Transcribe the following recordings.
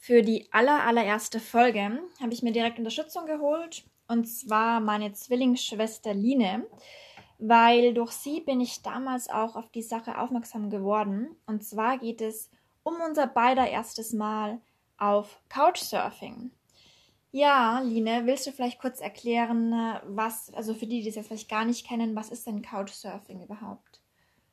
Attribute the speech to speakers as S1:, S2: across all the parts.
S1: Für die allererste Folge habe ich mir direkt Unterstützung geholt, und zwar meine Zwillingsschwester Line, weil durch sie bin ich damals auch auf die Sache aufmerksam geworden. Und zwar geht es um unser beider erstes Mal auf Couchsurfing. Ja, Line, willst du vielleicht kurz erklären, also für die das jetzt vielleicht gar nicht kennen, was ist denn Couchsurfing überhaupt?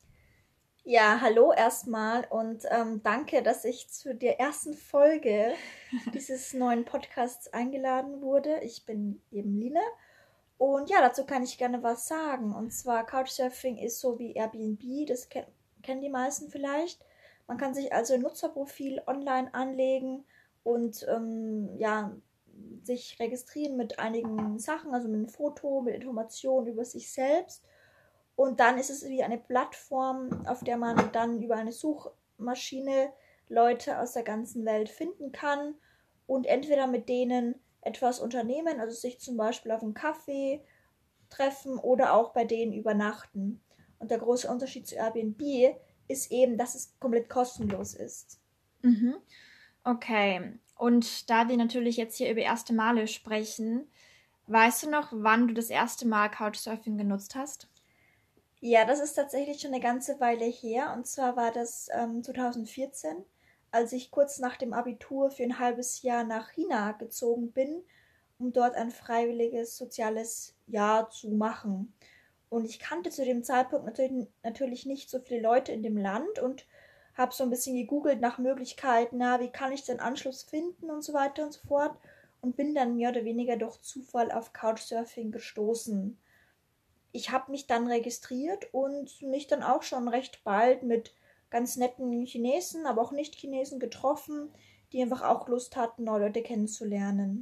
S2: Ja, hallo erstmal und danke, dass ich zu der ersten Folge dieses neuen Podcasts eingeladen wurde. Ich bin eben Line und ja, dazu kann ich gerne was sagen. Und zwar Couchsurfing ist so wie Airbnb, das kennen die meisten vielleicht. Man kann sich also ein Nutzerprofil online anlegen und ja, sich registrieren mit einigen Sachen, also mit einem Foto, mit Informationen über sich selbst. Und dann ist es wie eine Plattform, auf der man dann über eine Suchmaschine Leute aus der ganzen Welt finden kann und entweder mit denen etwas unternehmen, also sich zum Beispiel auf einen Kaffee treffen oder auch bei denen übernachten. Und der große Unterschied zu Airbnb ist eben, dass es komplett kostenlos ist.
S1: Mhm. Okay, und da wir natürlich jetzt hier über erste Male sprechen, weißt du noch, wann du das erste Mal Couchsurfing genutzt hast?
S2: Ja, das ist tatsächlich schon eine ganze Weile her. Und zwar war das 2014, als ich kurz nach dem Abitur für ein halbes Jahr nach China gezogen bin, um dort ein freiwilliges soziales Jahr zu machen. Und ich kannte zu dem Zeitpunkt natürlich nicht so viele Leute in dem Land und habe so ein bisschen gegoogelt nach Möglichkeiten, na, wie kann ich den Anschluss finden und so weiter und so fort. Und bin dann mehr oder weniger durch Zufall auf Couchsurfing gestoßen. Ich habe mich dann registriert und mich dann auch schon recht bald mit ganz netten Chinesen, aber auch Nicht-Chinesen getroffen, die einfach auch Lust hatten, neue Leute kennenzulernen.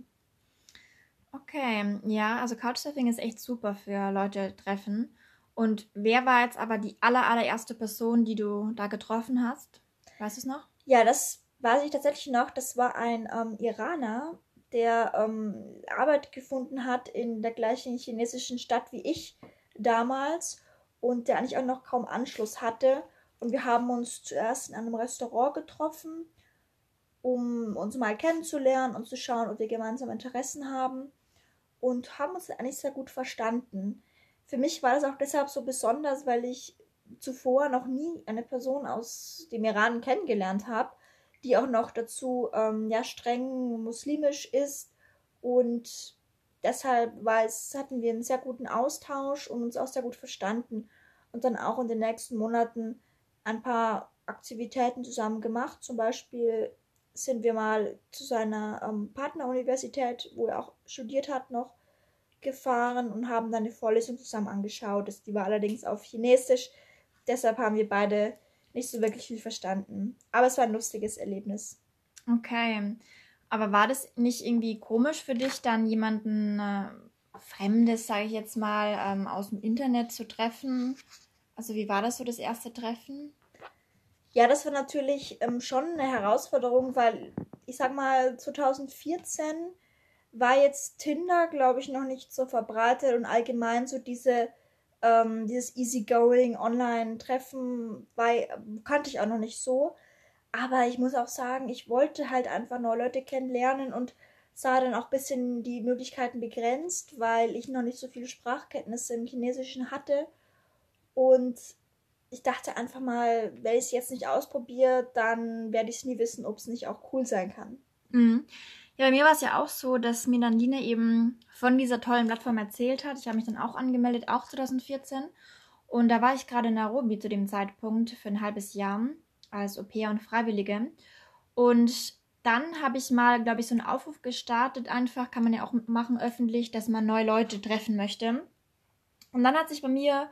S1: Okay, ja, also Couchsurfing ist echt super für Leute treffen. Und wer war jetzt aber die allererste Person, die du da getroffen hast? Weißt du es noch?
S2: Ja, das weiß ich tatsächlich noch. Das war ein Iraner, der Arbeit gefunden hat in der gleichen chinesischen Stadt wie ich damals und der eigentlich auch noch kaum Anschluss hatte. Und wir haben uns zuerst in einem Restaurant getroffen, um uns mal kennenzulernen und zu schauen, ob wir gemeinsame Interessen haben und haben uns eigentlich sehr gut verstanden. Für mich war das auch deshalb so besonders, weil ich zuvor noch nie eine Person aus dem Iran kennengelernt habe, die auch noch dazu ja streng muslimisch ist und deshalb hatten wir einen sehr guten Austausch und uns auch sehr gut verstanden und dann auch in den nächsten Monaten ein paar Aktivitäten zusammen gemacht. Zum Beispiel sind wir mal zu seiner Partneruniversität, wo er auch studiert hat, noch gefahren und haben dann eine Vorlesung zusammen angeschaut. Die war allerdings auf Chinesisch, deshalb haben wir beide nicht so wirklich viel verstanden. Aber es war ein lustiges Erlebnis.
S1: Okay, aber war das nicht irgendwie komisch für dich, dann jemanden Fremdes, sage ich jetzt mal, aus dem Internet zu treffen? Also wie war das so, das erste Treffen?
S2: Ja, das war natürlich schon eine Herausforderung, weil ich sag mal, 2014 war jetzt Tinder, glaube ich, noch nicht so verbreitet und allgemein so dieses Easygoing Online-Treffen kannte ich auch noch nicht so. Aber ich muss auch sagen, ich wollte halt einfach neue Leute kennenlernen und sah dann auch ein bisschen die Möglichkeiten begrenzt, weil ich noch nicht so viele Sprachkenntnisse im Chinesischen hatte. Und ich dachte einfach mal, wenn ich es jetzt nicht ausprobiere, dann werde ich es nie wissen, ob es nicht auch cool sein kann.
S1: Mhm. Ja, bei mir war es ja auch so, dass mir dann Line eben von dieser tollen Plattform erzählt hat. Ich habe mich dann auch angemeldet, auch 2014. Und da war ich gerade in Nairobi zu dem Zeitpunkt für ein halbes Jahr als Au-pair und Freiwillige. Und dann habe ich mal, glaube ich, so einen Aufruf gestartet. Einfach kann man ja auch machen öffentlich, dass man neue Leute treffen möchte. Und dann hat sich bei mir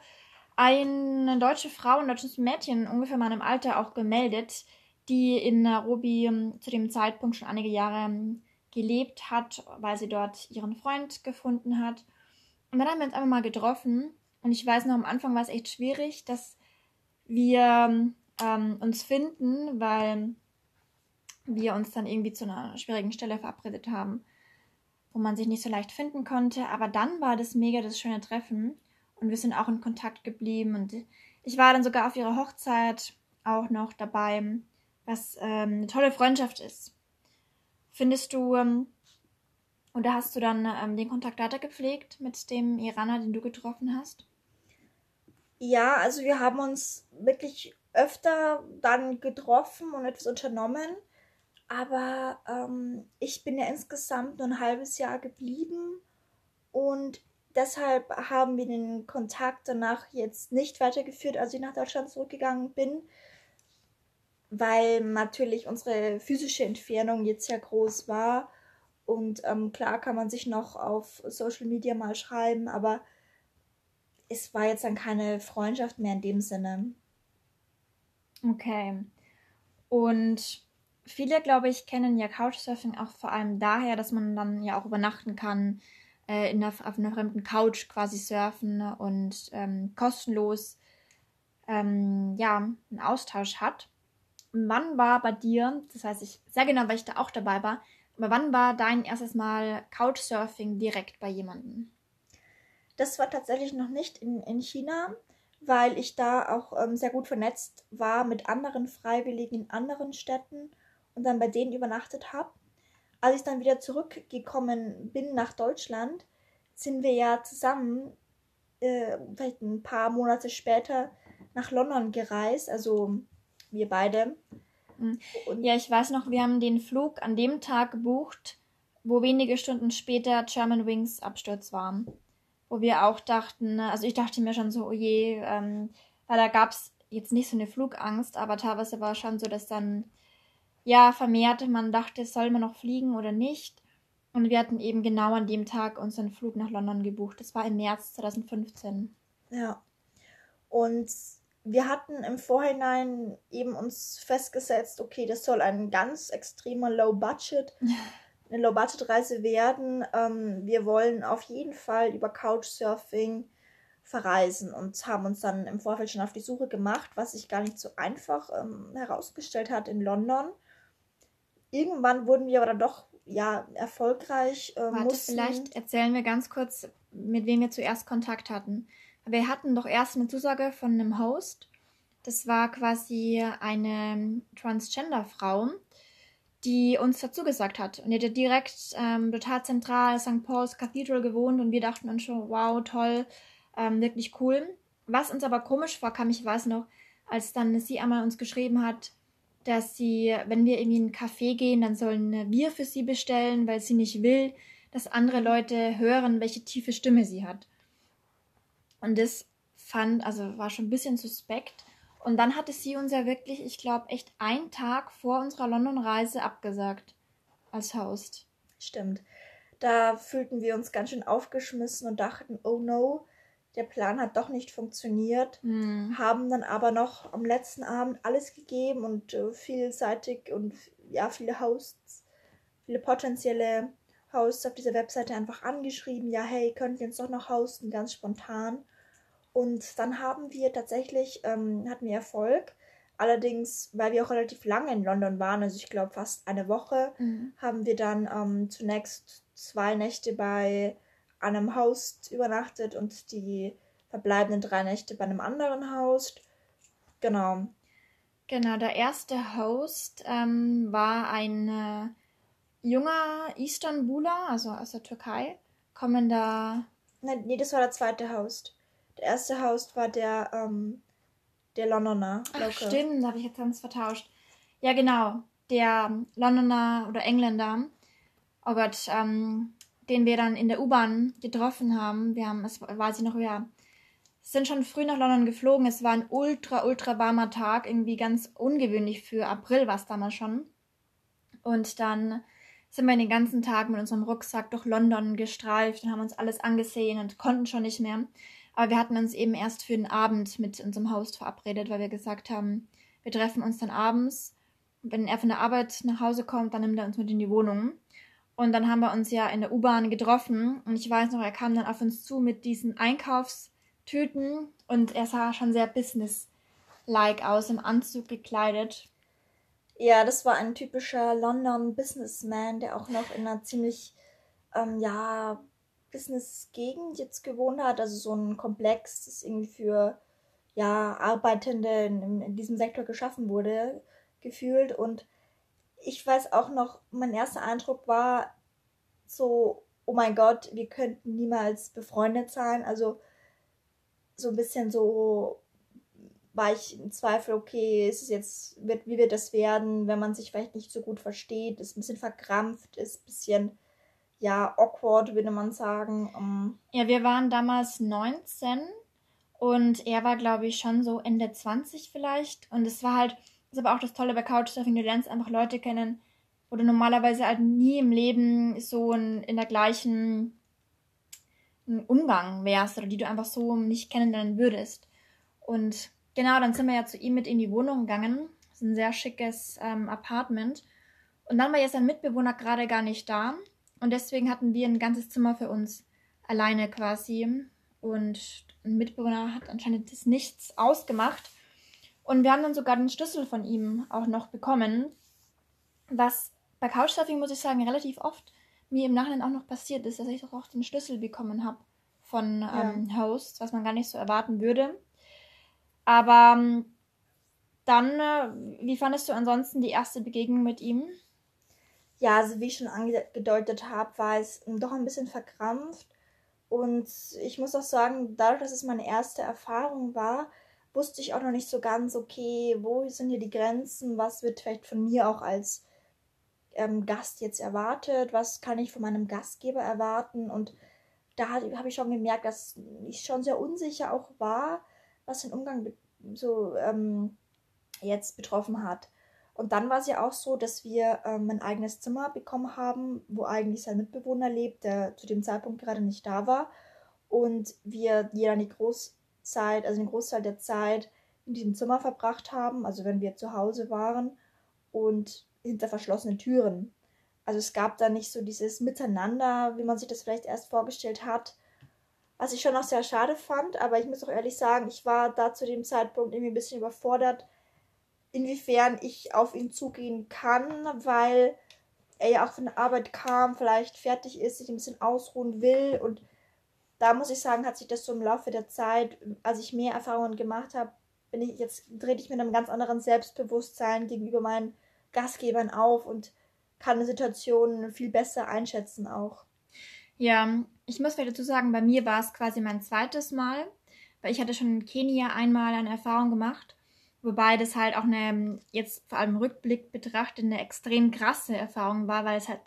S1: eine deutsche Frau, ein deutsches Mädchen ungefähr meinem Alter auch gemeldet, die in Nairobi zu dem Zeitpunkt schon einige Jahre gelebt hat, weil sie dort ihren Freund gefunden hat. Und dann haben wir uns einfach mal getroffen. Und ich weiß noch, am Anfang war es echt schwierig, dass wir uns finden, weil wir uns dann irgendwie zu einer schwierigen Stelle verabredet haben, wo man sich nicht so leicht finden konnte. Aber dann war das mega das schöne Treffen und wir sind auch in Kontakt geblieben. Und ich war dann sogar auf ihrer Hochzeit auch noch dabei, was eine tolle Freundschaft ist. Findest du, oder hast du dann den Kontakt weiter gepflegt mit dem Iraner, den du getroffen hast?
S2: Ja, also wir haben uns wirklich öfter dann getroffen und etwas unternommen. Aber ich bin ja insgesamt nur ein halbes Jahr geblieben und deshalb haben wir den Kontakt danach jetzt nicht weitergeführt, als ich nach Deutschland zurückgegangen bin, weil natürlich unsere physische Entfernung jetzt ja groß war. Und klar kann man sich noch auf Social Media mal schreiben, aber es war jetzt dann keine Freundschaft mehr in dem Sinne.
S1: Okay. Und viele, glaube ich, kennen ja Couchsurfing auch vor allem daher, dass man dann ja auch übernachten kann, auf einer fremden Couch quasi surfen und kostenlos ja, einen Austausch hat. Und wann war bei dir, das weiß ich sehr genau, weil ich da auch dabei war, aber wann war dein erstes Mal Couchsurfing direkt bei jemandem?
S2: Das war tatsächlich noch nicht in China, weil ich da auch sehr gut vernetzt war mit anderen Freiwilligen in anderen Städten und dann bei denen übernachtet habe. Als ich dann wieder zurückgekommen bin nach Deutschland, sind wir ja zusammen, vielleicht ein paar Monate später, nach London gereist, also wir beide. Und
S1: Ja, ich weiß noch, wir haben den Flug an dem Tag gebucht, wo wenige Stunden später Germanwings Absturz war. Wo wir auch dachten, ne, also ich dachte mir schon so, oh je, weil da gab es jetzt nicht so eine Flugangst, aber teilweise war es schon so, dass dann ja vermehrt man dachte, soll man noch fliegen oder nicht. Und wir hatten eben genau an dem Tag unseren Flug nach London gebucht. Das war im März 2015.
S2: ja, und wir hatten im Vorhinein eben uns festgesetzt, okay, das soll ein ganz extremer eine Low-Budget-Reise werden. Wir wollen auf jeden Fall über Couchsurfing verreisen und haben uns dann im Vorfeld schon auf die Suche gemacht, was sich gar nicht so einfach herausgestellt hat in London. Irgendwann wurden wir aber dann doch ja erfolgreich,
S1: Warte, vielleicht erzählen wir ganz kurz, mit wem wir zuerst Kontakt hatten. Wir hatten doch erst eine Zusage von einem Host. Das war quasi eine Transgender-Frau, die uns dazu gesagt hat. Und die hat ja direkt total zentral St. Paul's Cathedral gewohnt und wir dachten uns schon, wow, toll, wirklich cool. Was uns aber komisch vorkam, ich weiß noch, als dann sie einmal uns geschrieben hat, dass sie, wenn wir irgendwie in einen Café gehen, dann sollen wir für sie bestellen, weil sie nicht will, dass andere Leute hören, welche tiefe Stimme sie hat. Und das also war schon ein bisschen suspekt. Und dann hatte sie uns ja wirklich, ich glaube, echt einen Tag vor unserer London-Reise abgesagt als Host.
S2: Stimmt. Da fühlten wir uns ganz schön aufgeschmissen und dachten, oh no, der Plan hat doch nicht funktioniert. Haben dann aber noch am letzten Abend alles gegeben und vielseitig und ja, viele Hosts, viele potenzielle Hosts auf dieser Webseite einfach angeschrieben, ja, hey, könnt ihr uns doch noch hosten, ganz spontan. Und dann haben wir tatsächlich, hatten wir Erfolg. Allerdings, weil wir auch relativ lange in London waren, also ich glaube fast eine Woche, haben wir dann zunächst 2 Nächte bei einem Host übernachtet und die verbleibenden 3 Nächte bei einem anderen Host. Genau.
S1: Genau, der erste Host war ein junger Istanbuler, also aus der Türkei, kommender.
S2: Nee, das war der zweite Host. Der erste Host war der Londoner.
S1: Ach, stimmt, da habe ich jetzt ganz vertauscht. Ja, genau, der Londoner oder Engländer, oh Gott, den wir dann in der U-Bahn getroffen haben. Es weiß ich noch, wir sind schon früh nach London geflogen. Es war ein ultra, ultra warmer Tag, irgendwie ganz ungewöhnlich für April war es damals schon. Und dann sind wir den ganzen Tag mit unserem Rucksack durch London gestreift und haben uns alles angesehen und konnten schon nicht mehr. Aber wir hatten uns eben erst für den Abend mit unserem Host verabredet, weil wir gesagt haben, wir treffen uns dann abends. Wenn er von der Arbeit nach Hause kommt, dann nimmt er uns mit in die Wohnung. Und dann haben wir uns ja in der U-Bahn getroffen. Und ich weiß noch, er kam dann auf uns zu mit diesen Einkaufstüten. Und er sah schon sehr business-like aus, im Anzug gekleidet.
S2: Ja, das war ein typischer London Businessman, der auch noch in einer ziemlich, ja, Business-Gegend jetzt gewohnt hat. Also so ein Komplex, das irgendwie für, ja, Arbeitende in diesem Sektor geschaffen wurde, gefühlt. Und ich weiß auch noch, mein erster Eindruck war so, oh mein Gott, wir könnten niemals befreundet sein. Also so ein bisschen so war ich im Zweifel, okay, ist es jetzt, wie wird das werden, wenn man sich vielleicht nicht so gut versteht, ist ein bisschen verkrampft, ist ein bisschen, ja, awkward, würde man sagen.
S1: Ja, wir waren damals 19 und er war, glaube ich, schon so Ende 20 vielleicht. Und es war halt, das ist aber auch das Tolle bei Couchsurfing, du lernst einfach Leute kennen, wo du normalerweise halt nie im Leben so in der gleichen Umgang wärst oder die du einfach so nicht kennenlernen würdest. Und genau, dann sind wir ja zu ihm mit in die Wohnung gegangen. Das ist ein sehr schickes Apartment. Und dann war jetzt sein Mitbewohner gerade gar nicht da. Und deswegen hatten wir ein ganzes Zimmer für uns alleine quasi. Und ein Mitbewohner hat anscheinend das nichts ausgemacht. Und wir haben dann sogar den Schlüssel von ihm auch noch bekommen. Was bei Couchsurfing, muss ich sagen, relativ oft mir im Nachhinein auch noch passiert ist, dass ich doch auch den Schlüssel bekommen habe von
S2: Ja.
S1: Hosts, was man gar nicht so erwarten würde. Aber dann, wie fandest du ansonsten die erste Begegnung mit ihm?
S2: Ja, also wie ich schon angedeutet habe, war es doch ein bisschen verkrampft. Und ich muss auch sagen, dadurch, dass es meine erste Erfahrung war, wusste ich auch noch nicht so ganz, okay, wo sind hier die Grenzen, was wird vielleicht von mir auch als Gast jetzt erwartet, was kann ich von meinem Gastgeber erwarten. Und da habe ich schon gemerkt, dass ich schon sehr unsicher auch war, was den Umgang so jetzt betroffen hat. Und dann war es ja auch so, dass wir ein eigenes Zimmer bekommen haben, wo eigentlich sein Mitbewohner lebt, der zu dem Zeitpunkt gerade nicht da war. Und wir jeder die Großzeit, also den Großteil der Zeit in diesem Zimmer verbracht haben, also wenn wir zu Hause waren und hinter verschlossenen Türen. Also es gab da nicht so dieses Miteinander, wie man sich das vielleicht erst vorgestellt hat, was ich schon auch sehr schade fand, aber ich muss auch ehrlich sagen, ich war da zu dem Zeitpunkt irgendwie ein bisschen überfordert, inwiefern ich auf ihn zugehen kann, weil er ja auch von der Arbeit kam, vielleicht fertig ist, sich ein bisschen ausruhen will. Und da muss ich sagen, hat sich das so im Laufe der Zeit, als ich mehr Erfahrungen gemacht habe, trete ich mit einem ganz anderen Selbstbewusstsein gegenüber meinen Gastgebern auf und kann eine Situation viel besser einschätzen auch.
S1: Ja, ich muss vielleicht dazu sagen, bei mir war es quasi mein zweites Mal, weil ich hatte schon in Kenia einmal eine Erfahrung gemacht, wobei das halt auch eine, jetzt vor allem im Rückblick betrachtet, eine extrem krasse Erfahrung war, weil es halt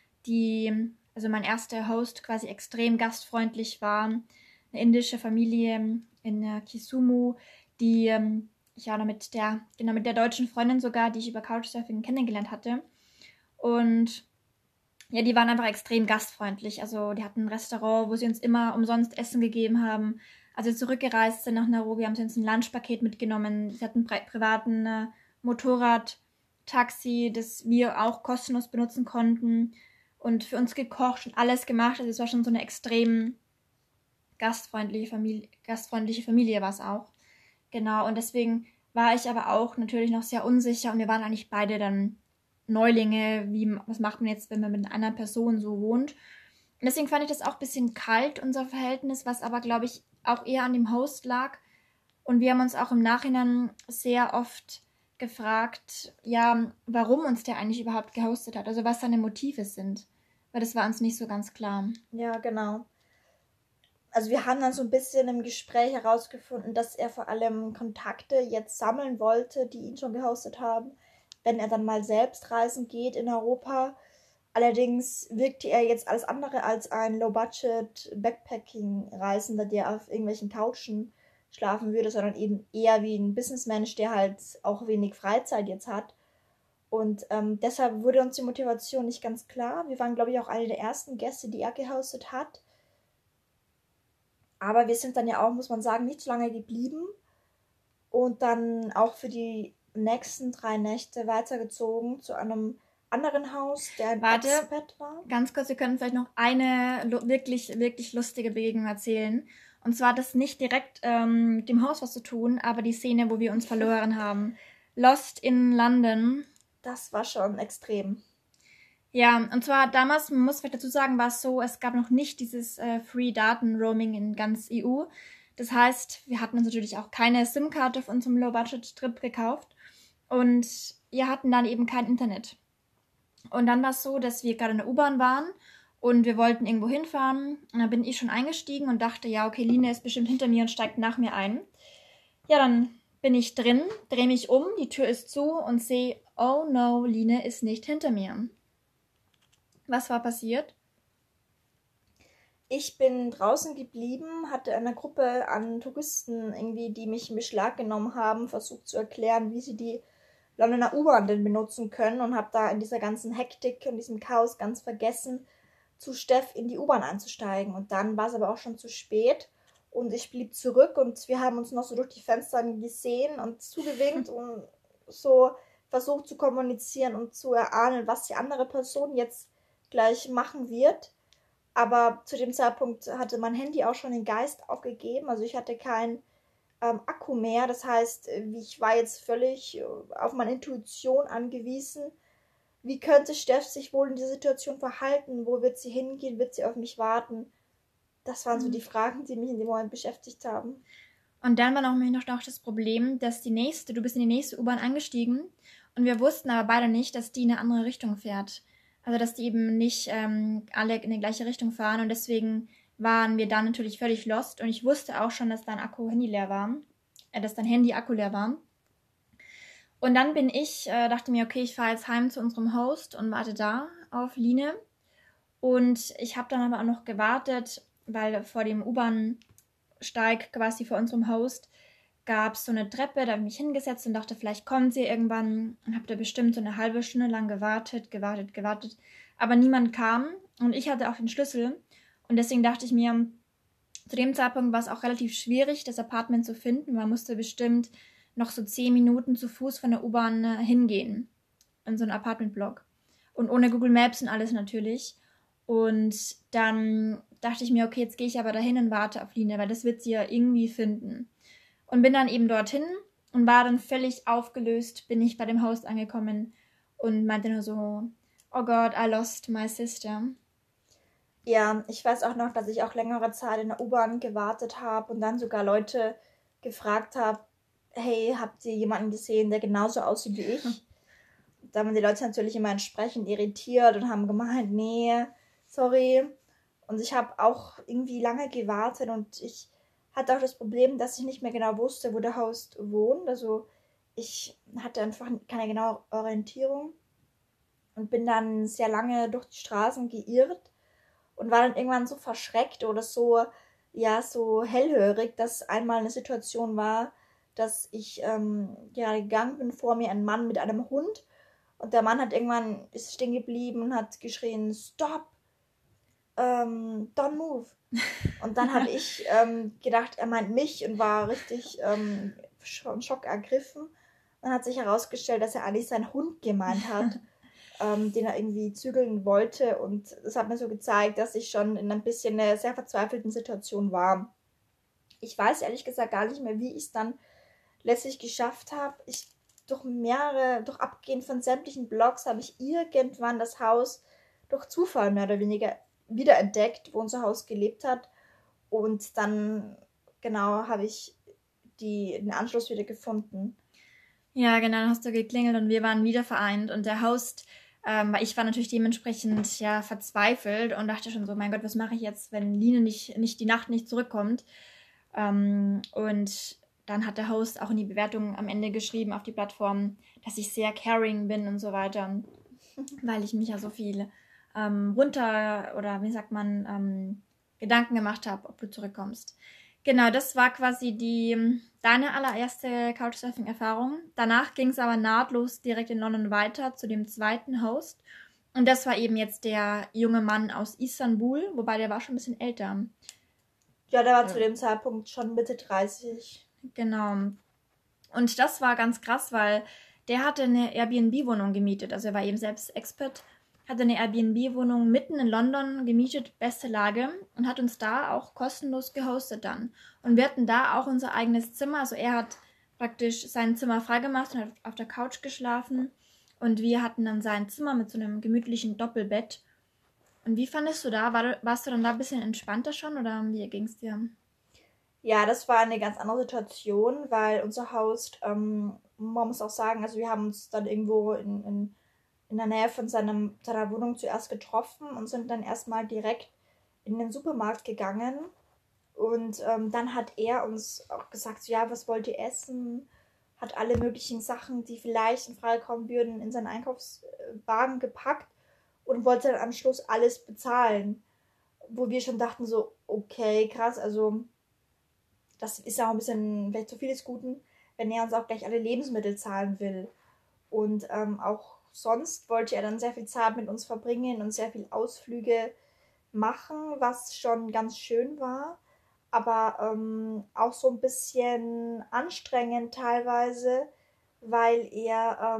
S1: also mein erster Host quasi extrem gastfreundlich war, eine indische Familie in Kisumu, die ich auch noch genau mit der deutschen Freundin sogar, die ich über Couchsurfing kennengelernt hatte. Und ja, die waren einfach extrem gastfreundlich. Also die hatten ein Restaurant, wo sie uns immer umsonst Essen gegeben haben. Als wir zurückgereist sind nach Nairobi, haben sie uns ein Lunchpaket mitgenommen. Sie hatten privaten Motorradtaxi, das wir auch kostenlos benutzen konnten und für uns gekocht und alles gemacht. Also es war schon so eine extrem gastfreundliche Familie war es auch. Genau, und deswegen war ich aber auch natürlich noch sehr unsicher und wir waren eigentlich beide dann Neulinge, was macht man jetzt, wenn man mit einer Person so wohnt. Und deswegen fand ich das auch ein bisschen kalt, unser Verhältnis, was aber, glaube ich, auch eher an dem Host lag. Und wir haben uns auch im Nachhinein sehr oft gefragt, ja, warum uns der eigentlich überhaupt gehostet hat, also was seine Motive sind. Weil das war uns nicht so ganz klar.
S2: Ja, genau. Also wir haben dann so ein bisschen im Gespräch herausgefunden, dass er vor allem Kontakte jetzt sammeln wollte, die ihn schon gehostet haben, wenn er dann mal selbst reisen geht in Europa. Allerdings wirkte er jetzt alles andere als ein Low-Budget-Backpacking-Reisender, der auf irgendwelchen Couchen schlafen würde, sondern eben eher wie ein Businessmensch, der halt auch wenig Freizeit jetzt hat. Und deshalb wurde uns die Motivation nicht ganz klar. Wir waren, glaube ich, auch eine der ersten Gäste, die er gehostet hat. Aber wir sind dann ja auch, muss man sagen, nicht so lange geblieben und dann auch für die nächsten 3 Nächte weitergezogen zu einem anderen Haus, der ein
S1: Warte,
S2: Expat war.
S1: ganz kurz, wir können vielleicht noch eine wirklich, wirklich lustige Begegnung erzählen. Und zwar hat das nicht direkt mit dem Haus was zu tun, aber die Szene, wo wir uns verloren haben. Lost in London.
S2: Das war schon extrem.
S1: Ja, und zwar damals, man muss vielleicht dazu sagen, war es so, es gab noch nicht dieses Free-Daten-Roaming in ganz EU. Das heißt, wir hatten uns natürlich auch keine SIM-Karte auf unserem Low-Budget-Trip gekauft und wir hatten dann eben kein Internet. Und dann war es so, dass wir gerade in der U-Bahn waren und wir wollten irgendwo hinfahren. Und dann bin ich schon eingestiegen und dachte, ja, okay, Line ist bestimmt hinter mir und steigt nach mir ein. Ja, dann bin ich drin, drehe mich um, die Tür ist zu und sehe, oh no, Line ist nicht hinter mir. Was war passiert?
S2: Ich bin draußen geblieben, hatte einer Gruppe an Touristen irgendwie, die mich in Beschlag genommen haben, versucht zu erklären, wie sie die Londoner U-Bahn denn benutzen können und habe da in dieser ganzen Hektik und diesem Chaos ganz vergessen, zu Steff in die U-Bahn einzusteigen. Und dann war es aber auch schon zu spät und ich blieb zurück und wir haben uns noch so durch die Fenster gesehen und zugewinkt und so versucht zu kommunizieren und zu erahnen, was die andere Person jetzt gleich machen wird. Aber zu dem Zeitpunkt hatte mein Handy auch schon den Geist aufgegeben. Also ich hatte keinen Akku mehr. Das heißt, ich war jetzt völlig auf meine Intuition angewiesen. Wie könnte Steff sich wohl in dieser Situation verhalten? Wo wird sie hingehen? Wird sie auf mich warten? Das waren so die Fragen, die mich in dem Moment beschäftigt haben.
S1: Und dann war noch das Problem, dass du bist in die nächste U-Bahn eingestiegen und wir wussten aber beide nicht, dass die in eine andere Richtung fährt. Also, dass die eben nicht alle in die gleiche Richtung fahren und deswegen waren wir dann natürlich völlig lost und ich wusste auch schon, dass dein Handy-Akku leer war. Und dann dachte mir, okay, ich fahre jetzt heim zu unserem Host und warte da auf Line. Und ich habe dann aber auch noch gewartet, weil vor dem U-Bahn-Steig quasi vor unserem Host gab es so eine Treppe, da habe ich mich hingesetzt und dachte, vielleicht kommt sie irgendwann und habe da bestimmt so eine halbe Stunde lang gewartet. Aber niemand kam und ich hatte auch den Schlüssel und deswegen dachte ich mir, zu dem Zeitpunkt war es auch relativ schwierig, das Apartment zu finden. Man musste bestimmt noch so 10 Minuten zu Fuß von der U-Bahn hingehen in so einen Apartmentblock und ohne Google Maps und alles natürlich. Und dann dachte ich mir, okay, jetzt gehe ich aber dahin und warte auf Line, weil das wird sie ja irgendwie finden. Und bin dann eben dorthin und war dann völlig aufgelöst, bin ich bei dem Host angekommen und meinte nur so, oh Gott, I lost my sister.
S2: Ja, ich weiß auch noch, dass ich auch längere Zeit in der U-Bahn gewartet habe und dann sogar Leute gefragt habe, hey, habt ihr jemanden gesehen, der genauso aussieht wie ich? Da waren die Leute natürlich immer entsprechend irritiert und haben gemeint, nee, sorry. Und ich habe auch irgendwie lange gewartet und ich hatte auch das Problem, dass ich nicht mehr genau wusste, wo der Host wohnt. Also ich hatte einfach keine genaue Orientierung und bin dann sehr lange durch die Straßen geirrt und war dann irgendwann so verschreckt oder so, ja, so hellhörig, dass einmal eine Situation war, dass ich gerade gegangen bin, vor mir ein Mann mit einem Hund und der Mann ist stehen geblieben und hat geschrien, Stop, don't move. Und dann habe ich gedacht, er meint mich und war richtig von Schock ergriffen. Dann hat sich herausgestellt, dass er eigentlich seinen Hund gemeint hat, den er irgendwie zügeln wollte. Und das hat mir so gezeigt, dass ich schon in ein bisschen einer sehr verzweifelten Situation war. Ich weiß ehrlich gesagt gar nicht mehr, wie ich es dann letztlich geschafft habe. Durch Abgehen von sämtlichen Blogs habe ich irgendwann das Haus durch Zufall mehr oder weniger wiederentdeckt, wo unser Haus gelebt hat. Und dann, genau, habe ich den Anschluss wieder gefunden.
S1: Ja, genau, dann hast du geklingelt und wir waren wieder vereint und der Host, weil ich war natürlich dementsprechend ja verzweifelt und dachte schon so, mein Gott, was mache ich jetzt, wenn Line die Nacht nicht zurückkommt? Und dann hat der Host auch in die Bewertung am Ende geschrieben auf die Plattform, dass ich sehr caring bin und so weiter, weil ich mich ja so viel Gedanken gemacht habe, ob du zurückkommst. Genau, das war quasi deine allererste Couchsurfing-Erfahrung. Danach ging es aber nahtlos direkt in London weiter zu dem zweiten Host. Und das war eben jetzt der junge Mann aus Istanbul, wobei der war schon ein bisschen älter.
S2: Ja, der war zu dem Zeitpunkt schon Mitte 30.
S1: Genau. Und das war ganz krass, weil der hatte eine Airbnb-Wohnung gemietet. Also er war eben selbst Expert, hatte eine Airbnb-Wohnung mitten in London gemietet, beste Lage, und hat uns da auch kostenlos gehostet dann. Und wir hatten da auch unser eigenes Zimmer. Also er hat praktisch sein Zimmer freigemacht und hat auf der Couch geschlafen. Und wir hatten dann sein Zimmer mit so einem gemütlichen Doppelbett. Und wie fandest du da? Warst du dann da ein bisschen entspannter schon oder wie ging es dir?
S2: Ja, das war eine ganz andere Situation, weil unser Host, man muss auch sagen, also wir haben uns dann irgendwo in in der Nähe von seiner Wohnung zuerst getroffen und sind dann erstmal direkt in den Supermarkt gegangen. Und dann hat er uns auch gesagt, so, ja, was wollt ihr essen? Hat alle möglichen Sachen, die vielleicht in Frage kommen würden, in seinen Einkaufswagen gepackt und wollte dann am Schluss alles bezahlen. Wo wir schon dachten so, okay, krass, also das ist ja auch ein bisschen vielleicht zu viel des Guten, wenn er uns auch gleich alle Lebensmittel zahlen will. Und auch sonst wollte er dann sehr viel Zeit mit uns verbringen und sehr viel Ausflüge machen, was schon ganz schön war, aber auch so ein bisschen anstrengend teilweise, weil er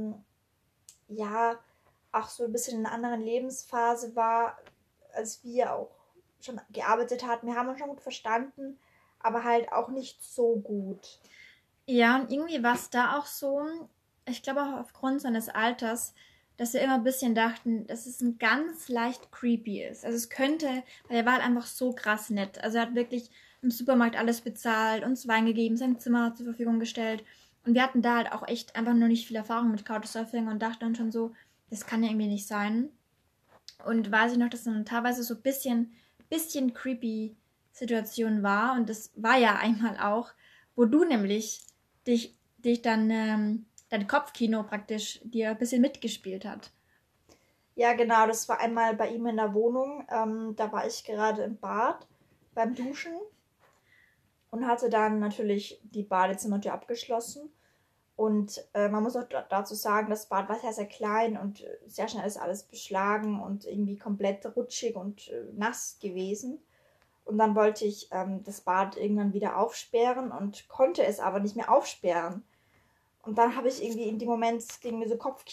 S2: ja auch so ein bisschen in einer anderen Lebensphase war, als wir auch schon gearbeitet hatten. Wir haben uns schon gut verstanden, aber halt auch nicht so gut.
S1: Ja, und irgendwie war es da auch so, ich glaube auch aufgrund seines Alters, dass wir immer ein bisschen dachten, dass es ein ganz leicht creepy ist. Also es könnte, weil er war halt einfach so krass nett. Also er hat wirklich im Supermarkt alles bezahlt, uns Wein gegeben, sein Zimmer zur Verfügung gestellt. Und wir hatten da halt auch echt einfach nur nicht viel Erfahrung mit Couchsurfing und dachten dann schon so, das kann ja irgendwie nicht sein. Und weiß ich noch, dass dann teilweise so ein bisschen creepy Situation war. Und das war ja einmal auch, wo du nämlich dich dann, dein Kopfkino praktisch dir ein bisschen mitgespielt hat.
S2: Ja, genau, das war einmal bei ihm in der Wohnung. Da war ich gerade im Bad beim Duschen und hatte dann natürlich die Badezimmertür abgeschlossen. Und man muss auch dazu sagen, das Bad war sehr, sehr klein und sehr schnell ist alles beschlagen und irgendwie komplett rutschig und nass gewesen. Und dann wollte ich das Bad irgendwann wieder aufsperren und konnte es aber nicht mehr aufsperren. Und dann habe ich irgendwie in dem Moment, ging mir so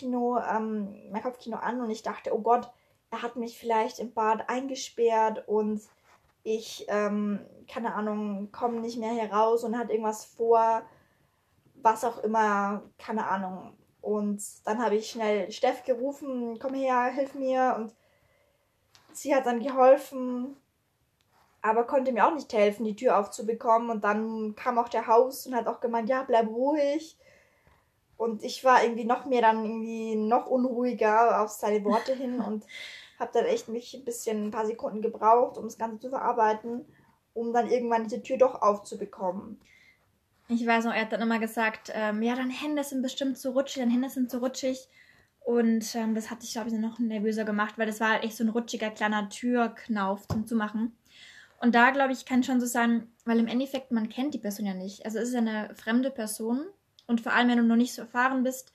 S2: mein Kopfkino an und ich dachte, oh Gott, er hat mich vielleicht im Bad eingesperrt und ich, keine Ahnung, komme nicht mehr heraus und hat irgendwas vor, was auch immer, keine Ahnung. Und dann habe ich schnell Steff gerufen, komm her, hilf mir. Und sie hat dann geholfen, aber konnte mir auch nicht helfen, die Tür aufzubekommen. Und dann kam auch der Haus und hat auch gemeint, ja, bleib ruhig. Und ich war irgendwie noch mehr dann irgendwie noch unruhiger auf seine Worte hin und habe dann echt ein paar Sekunden gebraucht, um das Ganze zu verarbeiten, um dann irgendwann diese Tür doch aufzubekommen.
S1: Ich weiß noch, er hat dann immer gesagt, ja, deine Hände sind bestimmt zu rutschig, deine Hände sind zu rutschig. Und das hat dich, glaube ich, noch nervöser gemacht, weil das war halt echt so ein rutschiger kleiner Türknauf zum Zumachen. Und da, glaube ich, kann schon so sein, weil im Endeffekt, man kennt die Person ja nicht. Also es ist ja eine fremde Person. Und vor allem, wenn du noch nicht so erfahren bist,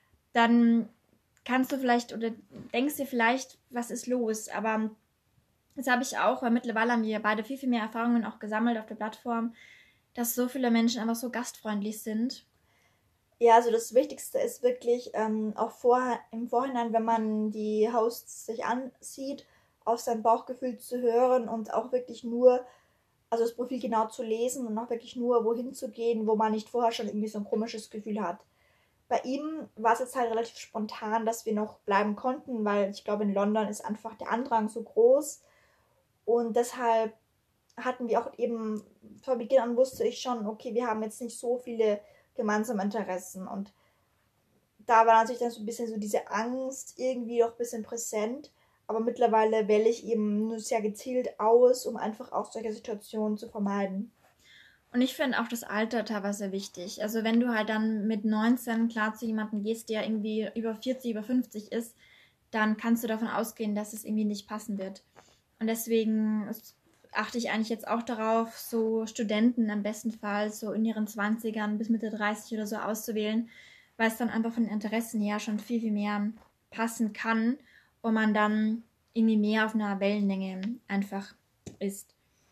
S1: dann kannst du vielleicht oder denkst dir vielleicht, was ist los? Aber das habe ich auch, weil mittlerweile haben wir beide viel, viel mehr Erfahrungen auch gesammelt auf der Plattform, dass so viele Menschen einfach so gastfreundlich sind.
S2: Ja, also das Wichtigste ist wirklich auch im Vorhinein, wenn man die Hosts sich ansieht, auf sein Bauchgefühl zu hören und auch wirklich nur, also das Profil genau zu lesen und auch wirklich nur wohin zu gehen, wo man nicht vorher schon irgendwie so ein komisches Gefühl hat. Bei ihm war es jetzt halt relativ spontan, dass wir noch bleiben konnten, weil ich glaube, in London ist einfach der Andrang so groß und deshalb hatten wir auch eben, von Beginn an wusste ich schon, okay, wir haben jetzt nicht so viele gemeinsame Interessen und da war natürlich dann so ein bisschen so diese Angst irgendwie doch ein bisschen präsent, aber mittlerweile wähle ich eben nur sehr gezielt aus, um einfach auch solche Situationen zu vermeiden.
S1: Und ich finde auch das Alter teilweise wichtig. Also wenn du halt dann mit 19 klar zu jemandem gehst, der irgendwie über 40, über 50 ist, dann kannst du davon ausgehen, dass es irgendwie nicht passen wird. Und deswegen achte ich eigentlich jetzt auch darauf, so Studenten am besten Fall so in ihren Zwanzigern bis Mitte 30 oder so auszuwählen, weil es dann einfach von den Interessen her schon viel, viel mehr passen kann und man dann irgendwie mehr auf einer Wellenlänge einfach ist.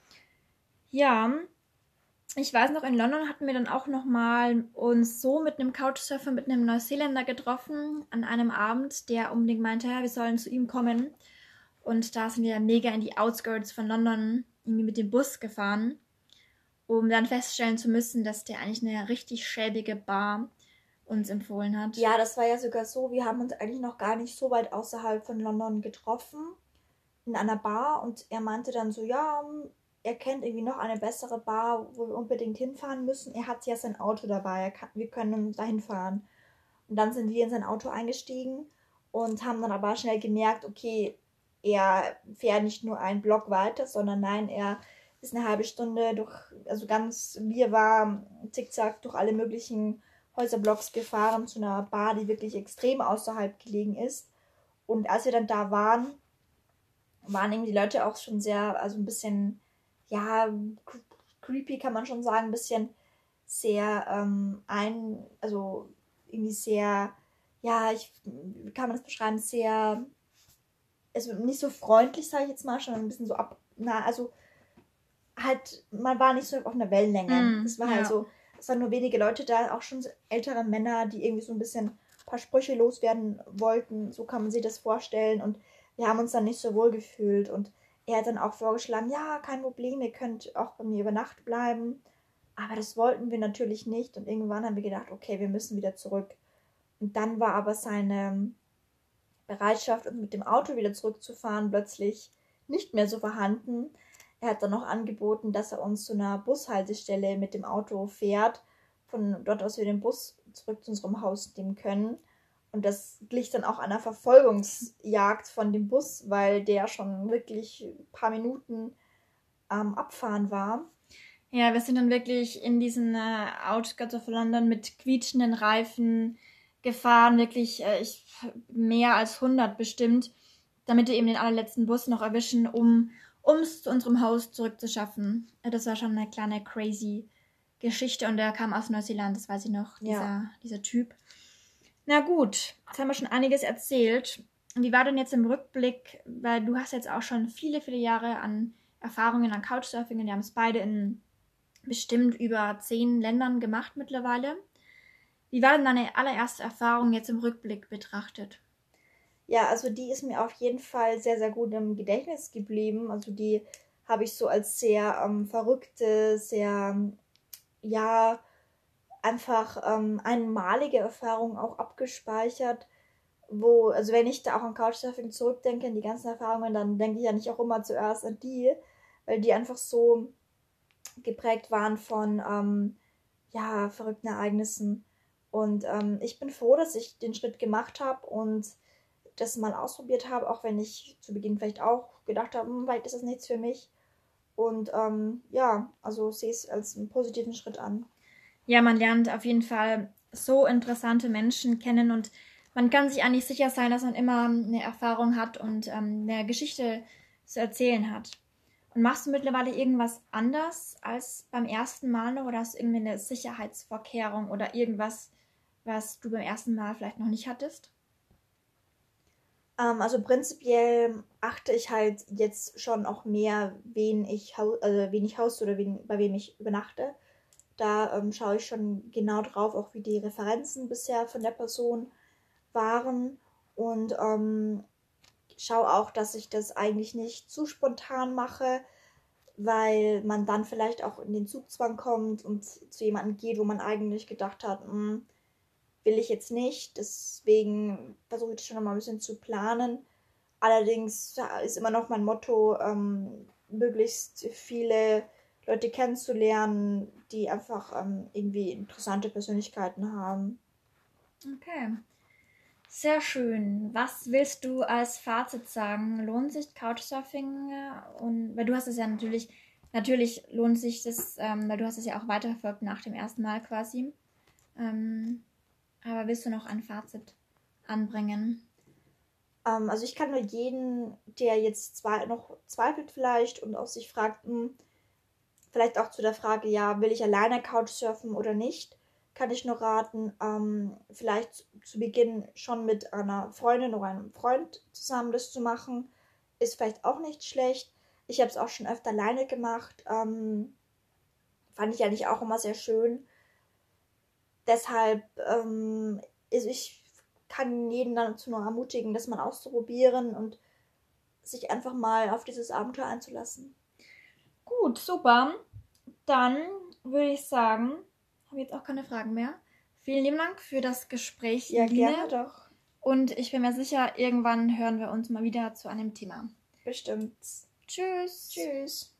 S1: Ja, ich weiß noch, in London hatten wir dann auch nochmal uns so mit einem Couchsurfer, mit einem Neuseeländer getroffen an einem Abend, der unbedingt meinte, ja, wir sollen zu ihm kommen. Und da sind wir mega in die Outskirts von London irgendwie mit dem Bus gefahren, um dann feststellen zu müssen, dass der eigentlich eine richtig schäbige Bar uns empfohlen hat.
S2: Ja, das war ja sogar so, wir haben uns eigentlich noch gar nicht so weit außerhalb von London getroffen, in einer Bar und er meinte dann so, ja, er kennt irgendwie noch eine bessere Bar, wo wir unbedingt hinfahren müssen. Er hat ja sein Auto dabei, wir können dahin fahren. Und dann sind wir in sein Auto eingestiegen und haben dann aber schnell gemerkt, okay, er fährt nicht nur einen Block weiter, sondern nein, er ist eine halbe Stunde durch, also ganz wirrwarr, zickzack durch alle möglichen Häuserblocks gefahren zu einer Bar, die wirklich extrem außerhalb gelegen ist. Und als wir dann da waren, waren irgendwie die Leute auch schon sehr, also ein bisschen, ja, creepy kann man schon sagen, ein bisschen sehr also irgendwie sehr, ja, wie kann man das beschreiben, sehr, also nicht so freundlich, sage ich jetzt mal, schon ein bisschen so also halt, man war nicht so auf einer Wellenlänge. Das war halt so, es waren nur wenige Leute da, auch schon so ältere Männer, die irgendwie so ein bisschen ein paar Sprüche loswerden wollten, so kann man sich das vorstellen und wir haben uns dann nicht so wohl gefühlt und er hat dann auch vorgeschlagen, ja, kein Problem, ihr könnt auch bei mir über Nacht bleiben, aber das wollten wir natürlich nicht und irgendwann haben wir gedacht, okay, wir müssen wieder zurück. Und dann war aber seine Bereitschaft, uns mit dem Auto wieder zurückzufahren, plötzlich nicht mehr so vorhanden. Er hat dann noch angeboten, dass er uns zu einer Bushaltestelle mit dem Auto fährt, von dort aus wir den Bus zurück zu unserem Haus nehmen können. Und das glich dann auch einer Verfolgungsjagd von dem Bus, weil der schon wirklich ein paar Minuten am Abfahren war.
S1: Ja, wir sind dann wirklich in diesen Outskirts of London mit quietschenden Reifen gefahren, wirklich mehr als 100 bestimmt, damit wir eben den allerletzten Bus noch erwischen, um es zu unserem Haus zurückzuschaffen. Das war schon eine kleine crazy Geschichte und der kam aus Neuseeland, das weiß ich noch, dieser Typ. Na gut, jetzt haben wir schon einiges erzählt. Wie war denn jetzt im Rückblick, weil du hast jetzt auch schon viele, viele Jahre an Erfahrungen an Couchsurfing und wir haben es beide in bestimmt über 10 Ländern gemacht mittlerweile. Wie war denn deine allererste Erfahrung jetzt im Rückblick betrachtet?
S2: Ja, also die ist mir auf jeden Fall sehr, sehr gut im Gedächtnis geblieben. Also die habe ich so als sehr verrückte, sehr, ja, einfach einmalige Erfahrung auch abgespeichert. Also wenn ich da auch an Couchsurfing zurückdenke, an die ganzen Erfahrungen, dann denke ich ja nicht auch immer zuerst an die, weil die einfach so geprägt waren von ja, verrückten Ereignissen. Und ich bin froh, dass ich den Schritt gemacht habe und das mal ausprobiert habe, auch wenn ich zu Beginn vielleicht auch gedacht habe, vielleicht ist das nichts für mich. Und ja, also sehe es als einen positiven Schritt an.
S1: Ja, man lernt auf jeden Fall so interessante Menschen kennen und man kann sich eigentlich sicher sein, dass man immer eine Erfahrung hat und eine Geschichte zu erzählen hat. Und machst du mittlerweile irgendwas anders als beim ersten Mal noch oder hast du irgendwie eine Sicherheitsvorkehrung oder irgendwas, was du beim ersten Mal vielleicht noch nicht hattest?
S2: Also prinzipiell achte ich halt jetzt schon auch mehr, wen ich hoste oder bei wem ich übernachte. Da schaue ich schon genau drauf, auch wie die Referenzen bisher von der Person waren und schaue auch, dass ich das eigentlich nicht zu spontan mache, weil man dann vielleicht auch in den Zugzwang kommt und zu jemandem geht, wo man eigentlich gedacht hat, will ich jetzt nicht. Deswegen versuche ich das schon noch mal ein bisschen zu planen. Allerdings ist immer noch mein Motto, möglichst viele Leute kennenzulernen, die einfach irgendwie interessante Persönlichkeiten haben.
S1: Okay. Sehr schön. Was willst du als Fazit sagen? Lohnt sich Couchsurfing? Und weil du hast es ja natürlich lohnt sich das, weil du hast es ja auch weiterverfolgt nach dem ersten Mal quasi. Aber willst du noch ein Fazit anbringen?
S2: Also ich kann nur jeden, der jetzt noch zweifelt vielleicht und auch sich fragt, vielleicht auch zu der Frage, ja, will ich alleine Couchsurfen oder nicht, kann ich nur raten, vielleicht zu Beginn schon mit einer Freundin oder einem Freund zusammen das zu machen, ist vielleicht auch nicht schlecht. Ich habe es auch schon öfter alleine gemacht, fand ich eigentlich auch immer sehr schön. Deshalb, ich kann jeden dazu nur ermutigen, das mal auszuprobieren und sich einfach mal auf dieses Abenteuer einzulassen.
S1: Gut, super. Dann würde ich sagen, habe jetzt auch keine Fragen mehr. Vielen lieben Dank für das Gespräch,
S2: Ja,
S1: Line.
S2: gerne doch.
S1: Und ich bin mir sicher, irgendwann hören wir uns mal wieder zu einem Thema.
S2: Bestimmt.
S1: Tschüss.
S2: Tschüss.